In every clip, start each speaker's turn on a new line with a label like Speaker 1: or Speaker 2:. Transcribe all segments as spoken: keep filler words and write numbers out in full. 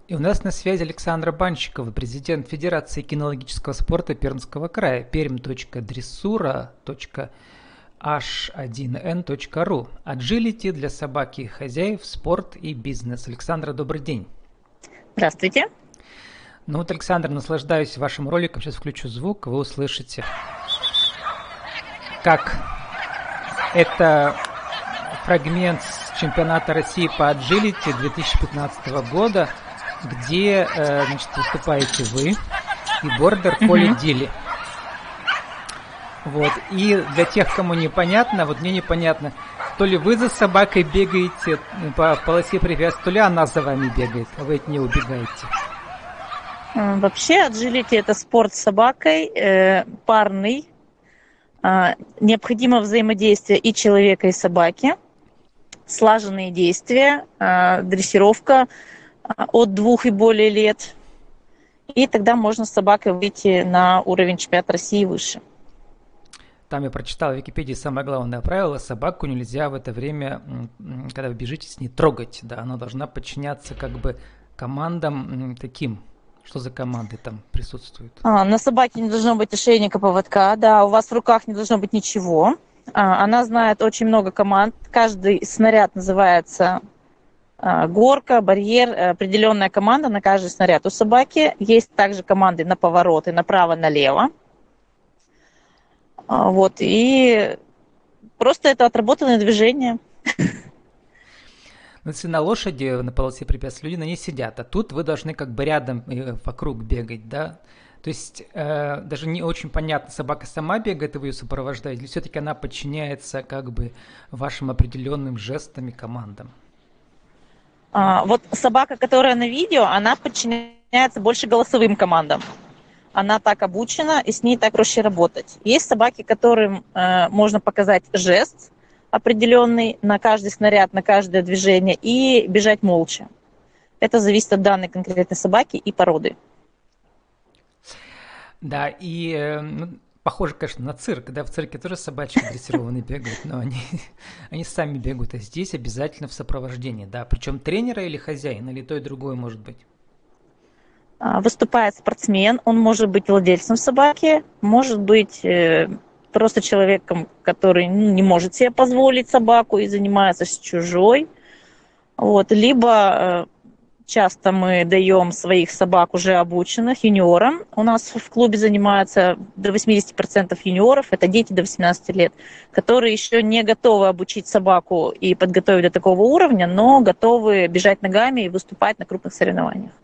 Speaker 1: И у нас на связи Александра Банщикова, президент Федерации кинологического спорта Пермского края, перм.дрессура.эйч один эн точка ру. Agility для собаки и хозяев, спорт и бизнес. Александра, добрый день.
Speaker 2: Здравствуйте.
Speaker 1: Ну вот, Александр, наслаждаюсь вашим роликом. Сейчас включу звук, вы услышите, как это фрагмент с чемпионата России по Agility две тысячи пятнадцатого года, где, значит, выступаете вы и бордер Колли
Speaker 2: Мгм.
Speaker 1: Дилли. Вот. И для тех, кому непонятно, вот мне непонятно, то ли вы за собакой бегаете по полосе препятствий, то ли она за вами бегает, а вы от нее убегаете.
Speaker 2: М, Вообще, agility– это спорт с собакой, э, парный. А, Необходимо взаимодействие и человека, и собаки. Слаженные действия, а, дрессировка а, от двух и более лет. И тогда можно с собакой выйти на уровень чемпионата России и выше.
Speaker 1: Там я прочитал в Википедии самое главное правило: собаку нельзя в это время, м, м, когда вы бежите с ней, трогать. Да, она должна подчиняться как бы командам м, таким. Что за команды там присутствуют?
Speaker 2: А, На собаке не должно быть ошейника, поводка, да, у вас в руках не должно быть ничего. А, Она знает очень много команд. Каждый снаряд называется а, горка, барьер, э, определенная команда на каждый снаряд. У собаки есть также команды на повороты, направо-налево. А, Вот, и просто это отработанное движение.
Speaker 1: Ну, если на лошади на полосе препятствий люди на ней сидят, а тут вы должны как бы рядом э, вокруг бегать, да? То есть э, даже не очень понятно, собака сама бегает и вы ее сопровождаете, или все-таки она подчиняется как бы вашим определенным жестам и командам?
Speaker 2: А, Вот собака, которая на видео, она подчиняется больше голосовым командам. Она так обучена, и с ней так проще работать. Есть собаки, которым э, можно показать жест определенный на каждый снаряд, на каждое движение и бежать молча. Это зависит от данной конкретной собаки и породы.
Speaker 1: Да, и э, ну, похоже, конечно, на цирк, да, в цирке тоже собачки дрессированные бегают, но они, они сами бегают, а здесь обязательно в сопровождении, да, причем тренера или хозяина, или то и другое может быть.
Speaker 2: А, Выступает спортсмен, он может быть владельцем собаки, может быть э, просто человеком, который ну, не может себе позволить собаку и занимается с чужой. Вот. Либо э, часто мы даем своих собак уже обученных юниорам. У нас в клубе занимаются до восемьдесят процентов юниоров, это дети до восемнадцати лет, которые еще не готовы обучить собаку и подготовить до такого уровня, но готовы бежать ногами и выступать на крупных соревнованиях.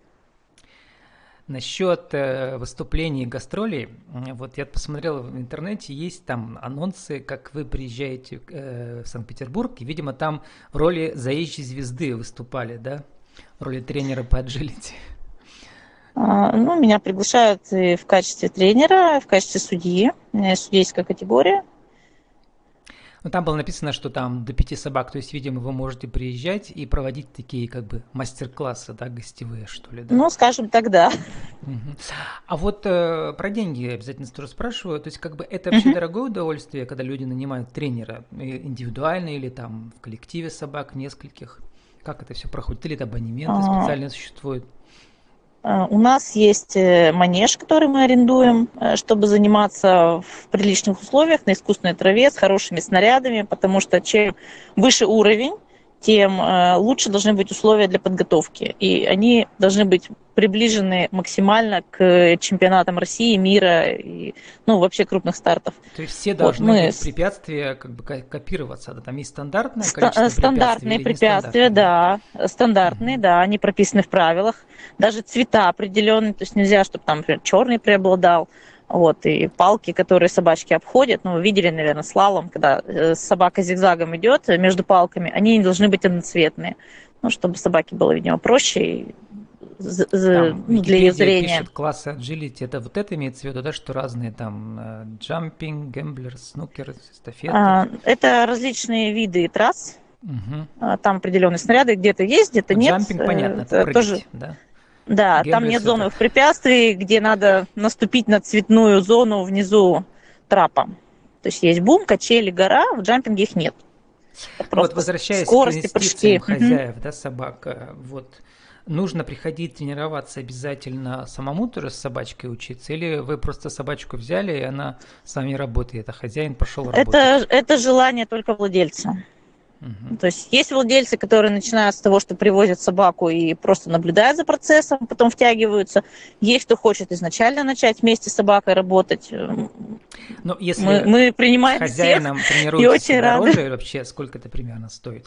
Speaker 1: Насчет э, выступлений и гастролей, м, вот я посмотрел в интернете, есть там анонсы, как вы приезжаете э, в Санкт-Петербург, и, видимо, там в роли заезжей звезды выступали, да, в роли тренера по agility.
Speaker 2: А, Ну, меня приглашают и в качестве тренера, и в качестве судьи. У меня есть судейская категория.
Speaker 1: Ну, там было написано, что там до пяти собак, то есть, видимо, вы можете приезжать и проводить такие как бы мастер-классы, да, гостевые, что ли, да?
Speaker 2: Ну, скажем так, да.
Speaker 1: Мгм. А вот э, про деньги обязательно тоже спрашиваю. То есть, как бы это вообще
Speaker 2: Мгм.
Speaker 1: дорогое удовольствие, когда люди нанимают тренера, э, индивидуально или там в коллективе собак нескольких? Как это все проходит? Или это абонементы
Speaker 2: А,
Speaker 1: специально существуют?
Speaker 2: а, У нас есть э, манеж, который мы арендуем, э, чтобы заниматься в приличных условиях, на искусственной траве, с хорошими снарядами, потому что чем выше уровень, тем э, лучше должны быть условия для подготовки. И они должны быть приближены максимально к чемпионатам России, мира и ну, вообще крупных стартов.
Speaker 1: То есть все
Speaker 2: Вот
Speaker 1: должны
Speaker 2: мы
Speaker 1: быть препятствия как бы ко- копироваться, да? Там есть стандартное
Speaker 2: Ста- э,
Speaker 1: количество препятствий
Speaker 2: Стандартные
Speaker 1: или
Speaker 2: препятствия,
Speaker 1: нестандартное, да?
Speaker 2: да, стандартные,
Speaker 1: Мгм.
Speaker 2: да, они прописаны в правилах. Даже цвета определенные, то есть нельзя, чтобы там, например, черный преобладал. Вот, и палки, которые собачки обходят, ну, вы видели, наверное, слалом, когда э, собака зигзагом идет э, между палками, они не должны быть одноцветные, ну, чтобы собаке было, видимо, проще и з- з-
Speaker 1: Там
Speaker 2: ну, для ее
Speaker 1: Википедия
Speaker 2: зрения.
Speaker 1: пишет классы agility, это вот это имеется в виду, да, что разные там э, jumping, гэмблер, снукер, эстафеты.
Speaker 2: А, Это различные виды трасс,
Speaker 1: Мгм.
Speaker 2: а, там определенные снаряды, где-то есть, где-то
Speaker 1: Ну,
Speaker 2: нет.
Speaker 1: джампинг, понятно,
Speaker 2: Э,
Speaker 1: это
Speaker 2: Это тоже.
Speaker 1: прыгать, да.
Speaker 2: Да, там нет
Speaker 1: Гэмблерс это...
Speaker 2: зоновых препятствий, где надо наступить на цветную зону внизу трапа. То есть есть бум, качели, гора, в джампинге их нет.
Speaker 1: Вот возвращаясь к инвестициям хозяев, да, собак, вот нужно приходить тренироваться обязательно самому тоже с собачкой учиться, или вы просто собачку взяли, и она с вами работает, а хозяин пошел работать?
Speaker 2: Это, это желание только владельца. Угу. То есть есть владельцы, которые начинают с того, что привозят собаку и просто наблюдают за процессом, потом втягиваются. Есть кто хочет изначально начать вместе с собакой работать.
Speaker 1: Но если
Speaker 2: мы, мы принимаем
Speaker 1: с хозяином тренируются дороже, рады. Вообще сколько это примерно стоит?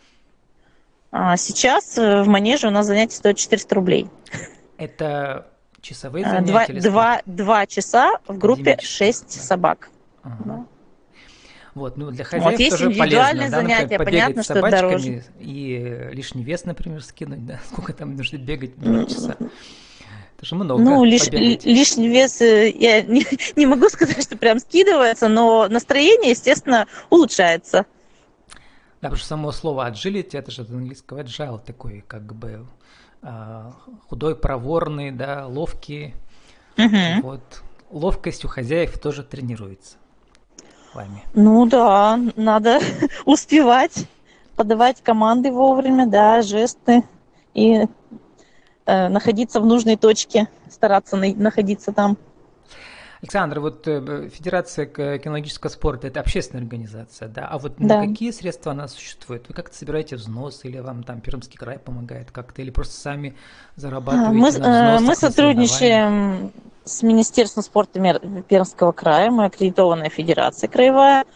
Speaker 2: А сейчас в манеже у нас занятие стоит четыреста рублей.
Speaker 1: Это часовые занятия?
Speaker 2: Два,
Speaker 1: или
Speaker 2: два, два часа в группе шесть собак.
Speaker 1: Ага. Да. Вот, ну для хозяев
Speaker 2: вот
Speaker 1: тоже полезно, да,
Speaker 2: занятия,
Speaker 1: например, побегать
Speaker 2: понятно,
Speaker 1: с собачками
Speaker 2: дороже.
Speaker 1: И лишний вес, например, скинуть, да, сколько там нужно бегать два часа. Это же много.
Speaker 2: Ну, лиш, лишний вес, я не, не могу сказать, что прям скидывается, но настроение, естественно, улучшается.
Speaker 1: Да, потому что само слово agility, это же от английского agile такой, как бы худой, проворный, да, ловкий.
Speaker 2: Угу.
Speaker 1: Вот. Ловкость у хозяев тоже тренируется вами.
Speaker 2: Ну да, надо успевать подавать команды вовремя, да, жесты и э, находиться в нужной точке, стараться на- находиться там.
Speaker 1: Александр, вот э, Федерация кинологического спорта – это общественная организация, да? А вот
Speaker 2: да.
Speaker 1: на какие средства она существует? Вы как-то собираете взносы, или вам там Пермский край помогает как-то, или просто сами зарабатываете
Speaker 2: мы,
Speaker 1: на взносах?
Speaker 2: Мы сотрудничаем с Министерством спорта Пермского края, мы аккредитованная федерация краевая.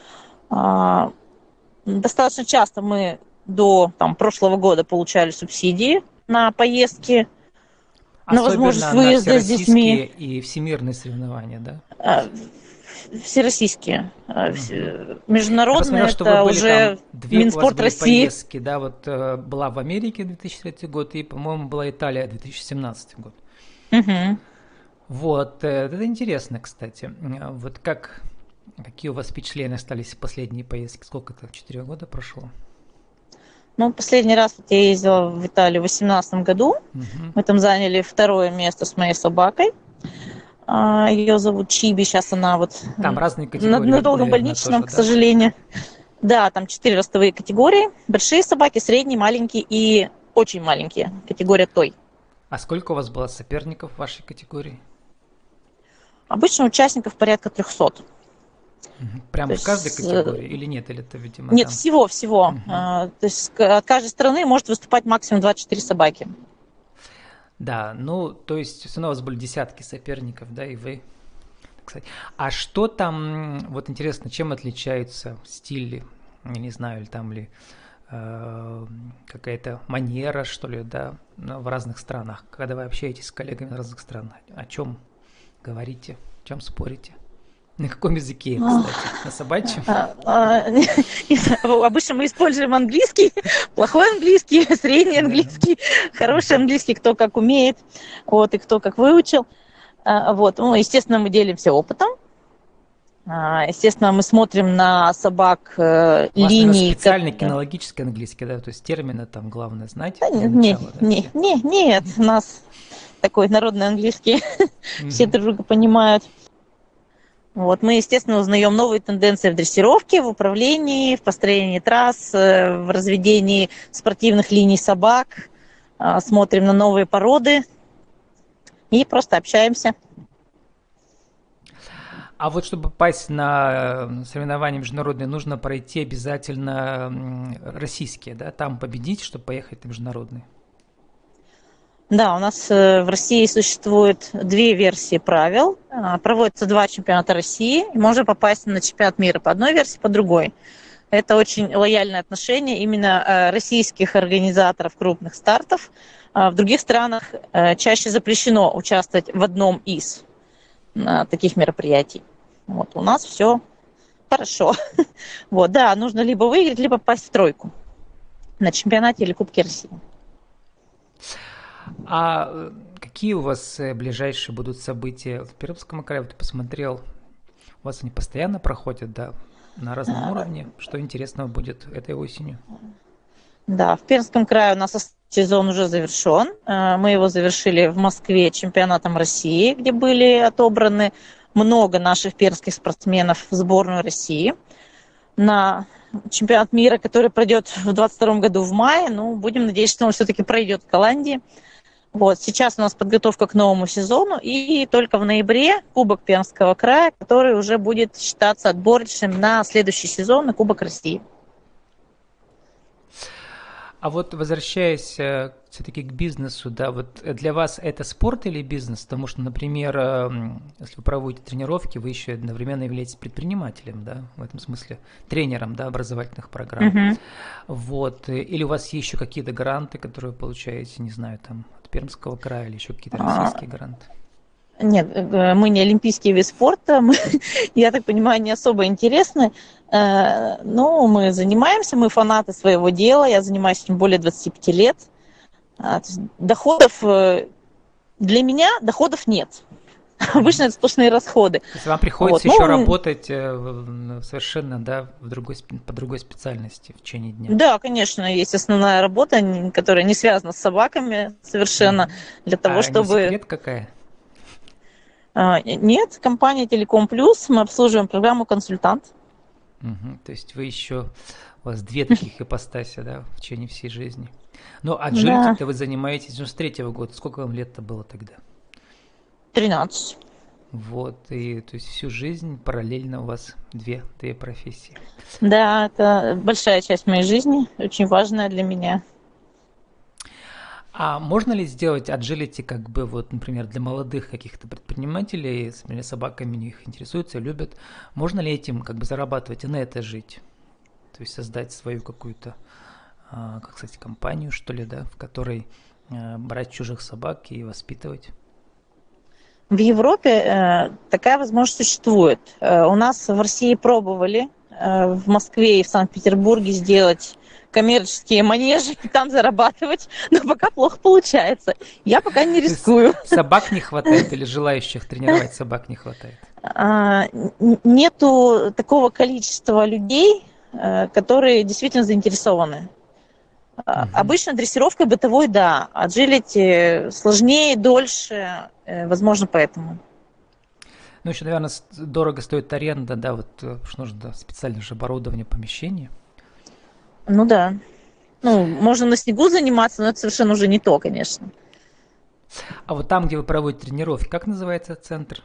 Speaker 2: Достаточно часто мы до там, прошлого года получали субсидии на поездки,
Speaker 1: особенно
Speaker 2: на возможность выезда
Speaker 1: на
Speaker 2: с детьми.
Speaker 1: И всемирные соревнования, да?
Speaker 2: Всероссийские. Mm-hmm. Международные,
Speaker 1: это
Speaker 2: что уже
Speaker 1: две
Speaker 2: Минспорт России.
Speaker 1: Поездки, да, вот была в Америке две тысячи третий год и, по-моему, была Италия две тысячи семнадцатый год.
Speaker 2: Mm-hmm.
Speaker 1: Вот, это интересно, кстати. Вот как, какие у вас впечатления остались в последние поездки? Сколько это, четыре года прошло?
Speaker 2: Ну, последний раз вот я ездила в Италию в две тысячи восемнадцатом году. Uh-huh. Мы там заняли второе место с моей собакой. Ее зовут Чиби. Сейчас она вот
Speaker 1: там разные категории,
Speaker 2: на, на долгом больничном,
Speaker 1: тоже,
Speaker 2: к сожалению. Да? да, там четыре ростовые категории. Большие собаки, средние, маленькие и очень маленькие. Категория той.
Speaker 1: А сколько у вас было соперников в вашей категории?
Speaker 2: Обычно участников порядка трехсот.
Speaker 1: Прямо в каждой категории или нет? Или это, видимо,
Speaker 2: нет,
Speaker 1: там...
Speaker 2: всего, всего. Угу. А, то есть от каждой страны может выступать максимум двадцать четыре собаки.
Speaker 1: Да, ну, то есть все равно у вас были десятки соперников, да, и вы. Кстати. А что там, вот интересно, чем отличаются стили, я не знаю, или там ли э, какая-то манера, что ли, да, в разных странах, когда вы общаетесь с коллегами в разных странах, о чем говорите, о чем спорите? На каком языке, кстати? На собачьем?
Speaker 2: Обычно мы используем английский, плохой английский, средний английский, хороший английский, кто как умеет, вот, и кто как выучил. Вот. Ну, естественно, мы делимся опытом. Естественно, мы смотрим на собак
Speaker 1: у вас,
Speaker 2: линий.
Speaker 1: Наверное, специальный как... кинологический английский, да? То есть термины там главное знать.
Speaker 2: Да, не, начала, не, да, не, нет, у нас такой народный английский, все друг друга понимают. Вот, мы, естественно, узнаем новые тенденции в дрессировке, в управлении, в построении трасс, в разведении спортивных линий собак, смотрим на новые породы и просто общаемся.
Speaker 1: А вот чтобы попасть на соревнования международные, нужно пройти обязательно российские, да? Там победить, чтобы поехать на международные.
Speaker 2: Да, у нас в России существует две версии правил. Проводятся два чемпионата России. И можно попасть на чемпионат мира по одной версии, по другой. Это очень лояльное отношение именно российских организаторов крупных стартов. В других странах чаще запрещено участвовать в одном из таких мероприятий. Вот, у нас все хорошо. Вот, да, нужно либо выиграть, либо попасть в тройку на чемпионате или Кубке России.
Speaker 1: А какие у вас ближайшие будут события в Пермском крае? Вот я посмотрел, у вас они постоянно проходят, да, на разном уровне. Что интересного будет этой осенью?
Speaker 2: Да, в Пермском крае у нас сезон уже завершен. Мы его завершили в Москве чемпионатом России, где были отобраны много наших пермских спортсменов в сборную России. На чемпионат мира, который пройдет в двадцать втором году в мае. Ну, будем надеяться, что он все-таки пройдет в Голландии. Вот, сейчас у нас подготовка к новому сезону, и только в ноябре Кубок Пермского края, который уже будет считаться отборочным на следующий сезон, на Кубок России.
Speaker 1: А вот возвращаясь э, все-таки к бизнесу, да, вот для вас это спорт или бизнес? Потому что, например, э, если вы проводите тренировки, вы еще одновременно являетесь предпринимателем, да, в этом смысле тренером, да, образовательных программ.
Speaker 2: Мгм.
Speaker 1: Вот, э, или у вас есть еще какие-то гранты, которые вы получаете, не знаю, там, от Пермского края или еще какие-то
Speaker 2: А,
Speaker 1: российские гранты?
Speaker 2: Нет, э, мы не олимпийский вид спорта, мы, я так понимаю, не особо интересны. Э, Ну, мы занимаемся, мы фанаты своего дела, я занимаюсь этим более двадцати пяти лет. А, то есть доходов, э, для меня доходов нет.
Speaker 1: Мгм.
Speaker 2: Обычно это сплошные расходы.
Speaker 1: То есть вам
Speaker 2: Вот.
Speaker 1: приходится еще
Speaker 2: Ну,
Speaker 1: работать э, в- совершенно, да, в другой, сп- по другой специальности в течение дня.
Speaker 2: да, конечно, есть основная работа, н- которая не связана с собаками совершенно,
Speaker 1: Мгм.
Speaker 2: для того,
Speaker 1: А не
Speaker 2: чтобы...
Speaker 1: секрет какая?
Speaker 2: а, Нет, компания Телеком Плюс, мы обслуживаем программу «Консультант».
Speaker 1: Мгм. То есть вы еще, у вас две таких ипостаси, да, в течение всей жизни. Ну, а
Speaker 2: Да,
Speaker 1: джелити-то вы занимаетесь с девяносто третьего года. Сколько вам лет-то было тогда?
Speaker 2: тринадцать.
Speaker 1: Вот, и то есть всю жизнь параллельно у вас две, две профессии.
Speaker 2: Да, это большая часть моей жизни, очень важная для меня.
Speaker 1: А можно ли сделать agility, как бы, вот, например, для молодых каких-то предпринимателей, с например, собаками у них интересуются, любят, можно ли этим как бы зарабатывать и на это жить? То есть создать свою какую-то, а, как сказать, компанию, что ли, да, в которой а, брать чужих собак и воспитывать?
Speaker 2: В Европе э, такая возможность существует. Э, у нас в России пробовали э, в Москве и в Санкт-Петербурге сделать коммерческие манежи и там зарабатывать, но пока плохо получается. Я пока не
Speaker 1: То есть
Speaker 2: рискую.
Speaker 1: собак не хватает или желающих тренировать собак не хватает?
Speaker 2: А, н- Нету такого количества людей, э, которые действительно заинтересованы. А,
Speaker 1: Мгм.
Speaker 2: Обычно дрессировкой бытовой, да. Agility сложнее, дольше, э, возможно, поэтому.
Speaker 1: Ну, еще, наверное, с- дорого стоит аренда, да, вот, э, потому что нужно да, специальное же оборудование, помещение.
Speaker 2: Ну да. Ну, можно на снегу заниматься, но это совершенно уже не то, конечно.
Speaker 1: А вот там, где вы проводите тренировки, как называется центр?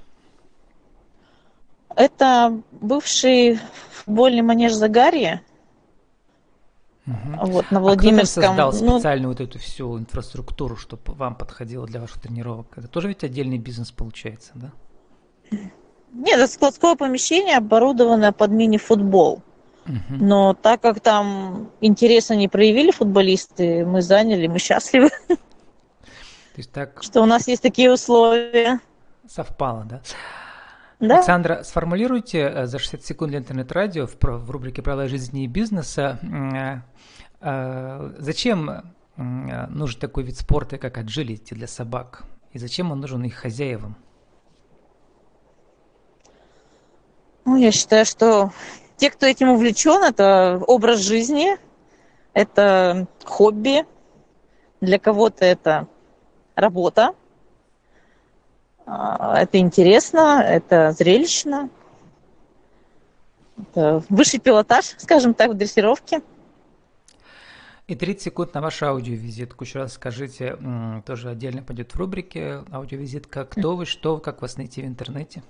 Speaker 2: Это бывший футбольный манеж Загарье,
Speaker 1: Мгм.
Speaker 2: вот, на
Speaker 1: А кто там
Speaker 2: Владимирском.
Speaker 1: создал
Speaker 2: Ну,
Speaker 1: специальную вот эту всю инфраструктуру, чтобы вам подходило для ваших тренировок? Это тоже ведь отдельный бизнес получается, да?
Speaker 2: нет, это складское помещение, оборудованное под мини-футбол.
Speaker 1: Мгм.
Speaker 2: Но так как там интереса не проявили футболисты, мы заняли, мы счастливы,
Speaker 1: То есть так
Speaker 2: что у нас есть такие условия.
Speaker 1: совпало, да?
Speaker 2: Да.
Speaker 1: Александра, сформулируйте э, за шестьдесят секунд для интернет-радио в, про- в рубрике «Правила жизни и бизнеса», м, э, э, зачем м, э, нужен такой вид спорта, как agility для собак? И зачем он нужен их хозяевам?
Speaker 2: Ну, я считаю, что те, кто этим увлечен, это образ жизни, это хобби, для кого-то это работа, а, это интересно, это зрелищно, это высший пилотаж, скажем так, в дрессировке.
Speaker 1: И тридцать секунд на вашу аудиовизитку. Еще раз скажите, м, тоже отдельно пойдет в рубрике аудиовизитка. Кто вы, что вы, как вас найти в интернете?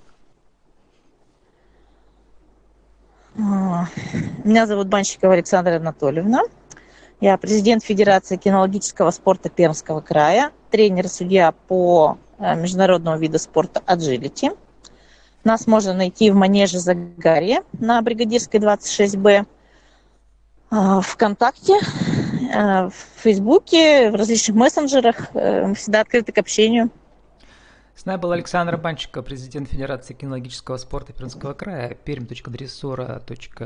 Speaker 2: А, Меня зовут Банщикова Александра Анатольевна. Я президент Федерации кинологического спорта Пермского края, тренер и судья по э, международному виду спорта agility. Нас можно найти в манеже Загарье на Бригадирской двадцать шесть бэ, а, ВКонтакте, э, в Фейсбуке, в различных мессенджерах. Э, Мы всегда открыты к общению.
Speaker 1: С нами был Александр Банченко, президент Федерации кинологического спорта Пермского края, перм.дрессура.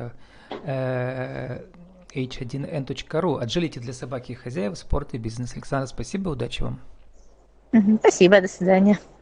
Speaker 1: эйч один эн точка ру. Agility для собаки и хозяев, спорт и бизнес. Александр, спасибо, удачи вам.
Speaker 2: Мгм. Спасибо, до свидания.